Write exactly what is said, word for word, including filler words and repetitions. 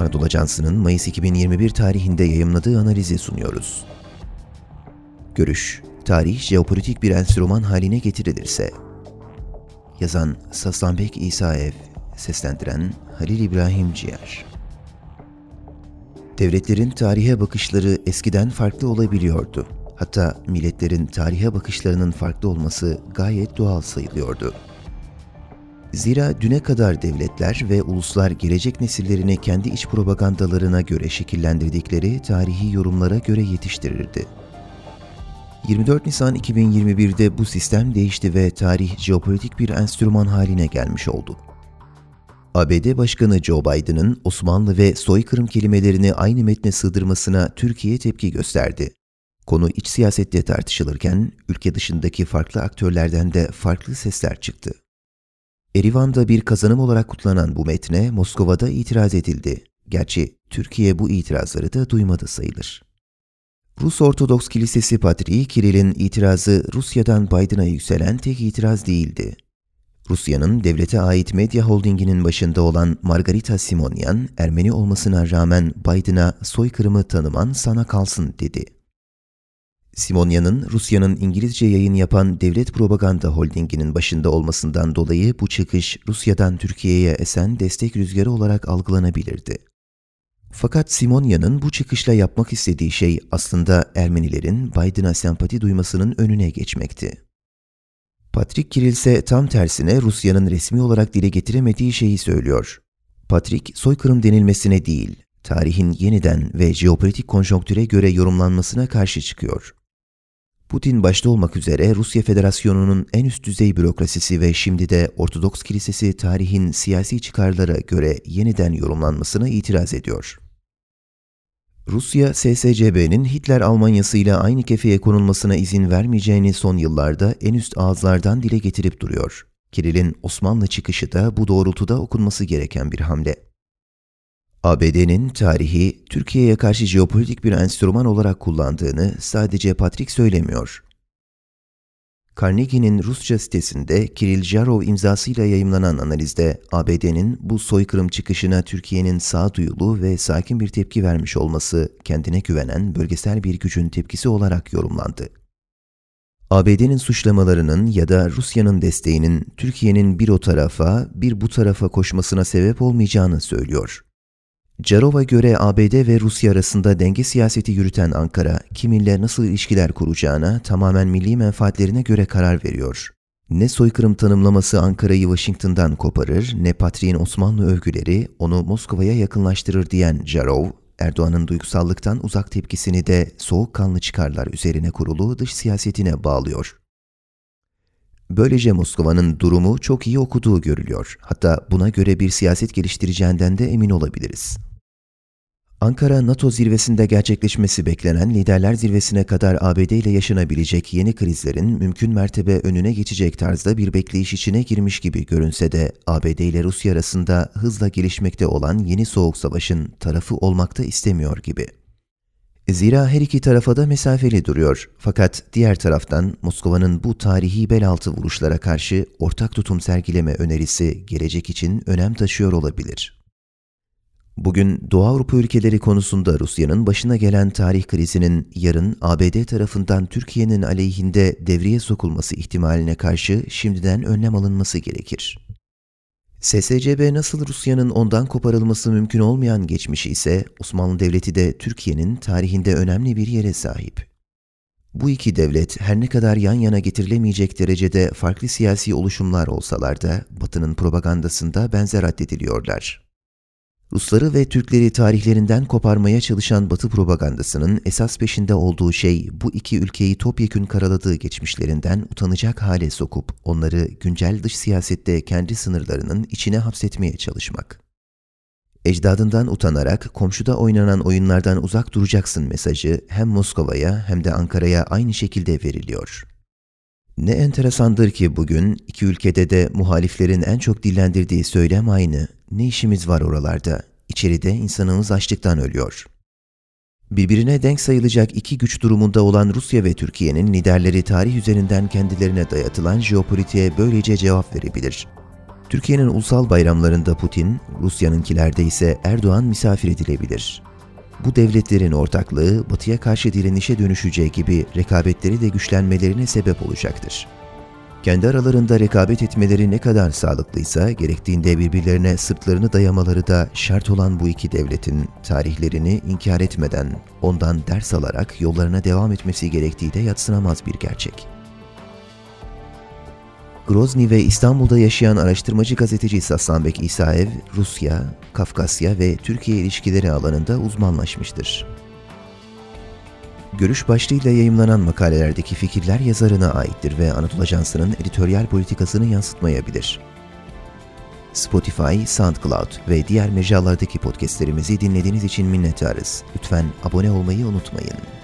Anadolu Ajansı'nın Mayıs iki bin yirmi bir tarihinde yayımladığı analizi sunuyoruz. Görüş, tarih jeopolitik bir enstrüman haline getirilirse. Yazan Saslanbek İsaev, seslendiren Halil İbrahim Ciğer. Devletlerin tarihe bakışları eskiden farklı olabiliyordu. Hatta milletlerin tarihe bakışlarının farklı olması gayet doğal sayılıyordu. Zira düne kadar devletler ve uluslar gelecek nesillerini kendi iç propagandalarına göre şekillendirdikleri tarihi yorumlara göre yetiştirirdi. yirmi dört Nisan iki bin yirmi bir'de bu sistem değişti ve tarih jeopolitik bir enstrüman haline gelmiş oldu. A B D Başkanı Joe Biden'ın Osmanlı ve soykırım kelimelerini aynı metne sığdırmasına Türkiye tepki gösterdi. Konu iç siyasette tartışılırken ülke dışındaki farklı aktörlerden de farklı sesler çıktı. Erivan'da bir kazanım olarak kutlanan bu metne Moskova'da itiraz edildi. Gerçi Türkiye bu itirazları da duymadı sayılır. Rus Ortodoks Kilisesi Patriği Kirill'in itirazı Rusya'dan Biden'a yükselen tek itiraz değildi. Rusya'nın devlete ait medya holdinginin başında olan Margarita Simonyan, Ermeni olmasına rağmen Biden'a soykırımı tanıman sana kalsın dedi. Simonyan'ın Rusya'nın İngilizce yayın yapan devlet propaganda holdinginin başında olmasından dolayı bu çıkış Rusya'dan Türkiye'ye esen destek rüzgarı olarak algılanabilirdi. Fakat Simonyan'ın bu çıkışla yapmak istediği şey aslında Ermenilerin Biden'a sempati duymasının önüne geçmekti. Patrick Kirill ise tam tersine Rusya'nın resmi olarak dile getiremediği şeyi söylüyor. Patrick, soykırım denilmesine değil, tarihin yeniden ve jeopolitik konjonktüre göre yorumlanmasına karşı çıkıyor. Putin başta olmak üzere Rusya Federasyonu'nun en üst düzey bürokrasisi ve şimdi de Ortodoks Kilisesi tarihin siyasi çıkarlara göre yeniden yorumlanmasına itiraz ediyor. Rusya, S S C B'nin Hitler Almanyası ile aynı kefeye konulmasına izin vermeyeceğini son yıllarda en üst ağızlardan dile getirip duruyor. Kirill'in Osmanlı çıkışı da bu doğrultuda okunması gereken bir hamle. A B D'nin tarihi, Türkiye'ye karşı jeopolitik bir enstrüman olarak kullandığını sadece Patrick söylemiyor. Carnegie'nin Rusça sitesinde Kirill Jarov imzasıyla yayımlanan analizde A B D'nin bu soykırım çıkışına Türkiye'nin sağduyulu ve sakin bir tepki vermiş olması kendine güvenen bölgesel bir gücün tepkisi olarak yorumlandı. A B D'nin suçlamalarının ya da Rusya'nın desteğinin Türkiye'nin bir o tarafa bir bu tarafa koşmasına sebep olmayacağını söylüyor. Jarov'a göre A B D ve Rusya arasında denge siyaseti yürüten Ankara, kiminle nasıl ilişkiler kuracağına tamamen milli menfaatlerine göre karar veriyor. Ne soykırım tanımlaması Ankara'yı Washington'dan koparır, ne Patrick'in Osmanlı övgüleri onu Moskova'ya yakınlaştırır diyen Jarov, Erdoğan'ın duygusallıktan uzak tepkisini de soğukkanlı çıkarlar üzerine kurulu dış siyasetine bağlıyor. Böylece Moskova'nın durumu çok iyi okuduğu görülüyor. Hatta buna göre bir siyaset geliştireceğinden de emin olabiliriz. Ankara, NATO zirvesinde gerçekleşmesi beklenen liderler zirvesine kadar A B D ile yaşanabilecek yeni krizlerin mümkün mertebe önüne geçecek tarzda bir bekleyiş içine girmiş gibi görünse de A B D ile Rusya arasında hızla gelişmekte olan yeni soğuk savaşın tarafı olmak da istemiyor gibi. Zira her iki tarafa da mesafeli duruyor. Fakat diğer taraftan Moskova'nın bu tarihi bel altı vuruşlara karşı ortak tutum sergileme önerisi gelecek için önem taşıyor olabilir. Bugün Doğu Avrupa ülkeleri konusunda Rusya'nın başına gelen tarih krizinin yarın A B D tarafından Türkiye'nin aleyhinde devreye sokulması ihtimaline karşı şimdiden önlem alınması gerekir. S S C B nasıl Rusya'nın ondan koparılması mümkün olmayan geçmişi ise Osmanlı Devleti de Türkiye'nin tarihinde önemli bir yere sahip. Bu iki devlet her ne kadar yan yana getirilemeyecek derecede farklı siyasi oluşumlar olsalar da Batı'nın propagandasında benzer addediliyorlar. Rusları ve Türkleri tarihlerinden koparmaya çalışan Batı propagandasının esas peşinde olduğu şey bu iki ülkeyi topyekün karaladığı geçmişlerinden utanacak hale sokup onları güncel dış siyasette kendi sınırlarının içine hapsetmeye çalışmak. Ecdadından utanarak komşuda oynanan oyunlardan uzak duracaksın mesajı hem Moskova'ya hem de Ankara'ya aynı şekilde veriliyor. Ne enteresandır ki bugün iki ülkede de muhaliflerin en çok dillendirdiği söylem aynı. Ne işimiz var oralarda? İçeride insanımız açlıktan ölüyor. Birbirine denk sayılacak iki güç durumunda olan Rusya ve Türkiye'nin liderleri tarih üzerinden kendilerine dayatılan jeopolitiğe böylece cevap verebilir. Türkiye'nin ulusal bayramlarında Putin, Rusya'nınkilerde ise Erdoğan misafir edilebilir. Bu devletlerin ortaklığı Batı'ya karşı direnişe dönüşeceği gibi rekabetleri de güçlenmelerine sebep olacaktır. Kendi aralarında rekabet etmeleri ne kadar sağlıklıysa, gerektiğinde birbirlerine sırtlarını dayamaları da şart olan bu iki devletin tarihlerini inkar etmeden, ondan ders alarak yollarına devam etmesi gerektiği de yadsınamaz bir gerçek. Grozny ve İstanbul'da yaşayan araştırmacı gazeteci Saslanbek İsaev, Rusya, Kafkasya ve Türkiye ilişkileri alanında uzmanlaşmıştır. Görüş başlığıyla yayımlanan makalelerdeki fikirler yazarına aittir ve Anadolu Ajansı'nın editoryal politikasını yansıtmayabilir. Spotify, SoundCloud ve diğer mecralardaki podcastlerimizi dinlediğiniz için minnettarız. Lütfen abone olmayı unutmayın.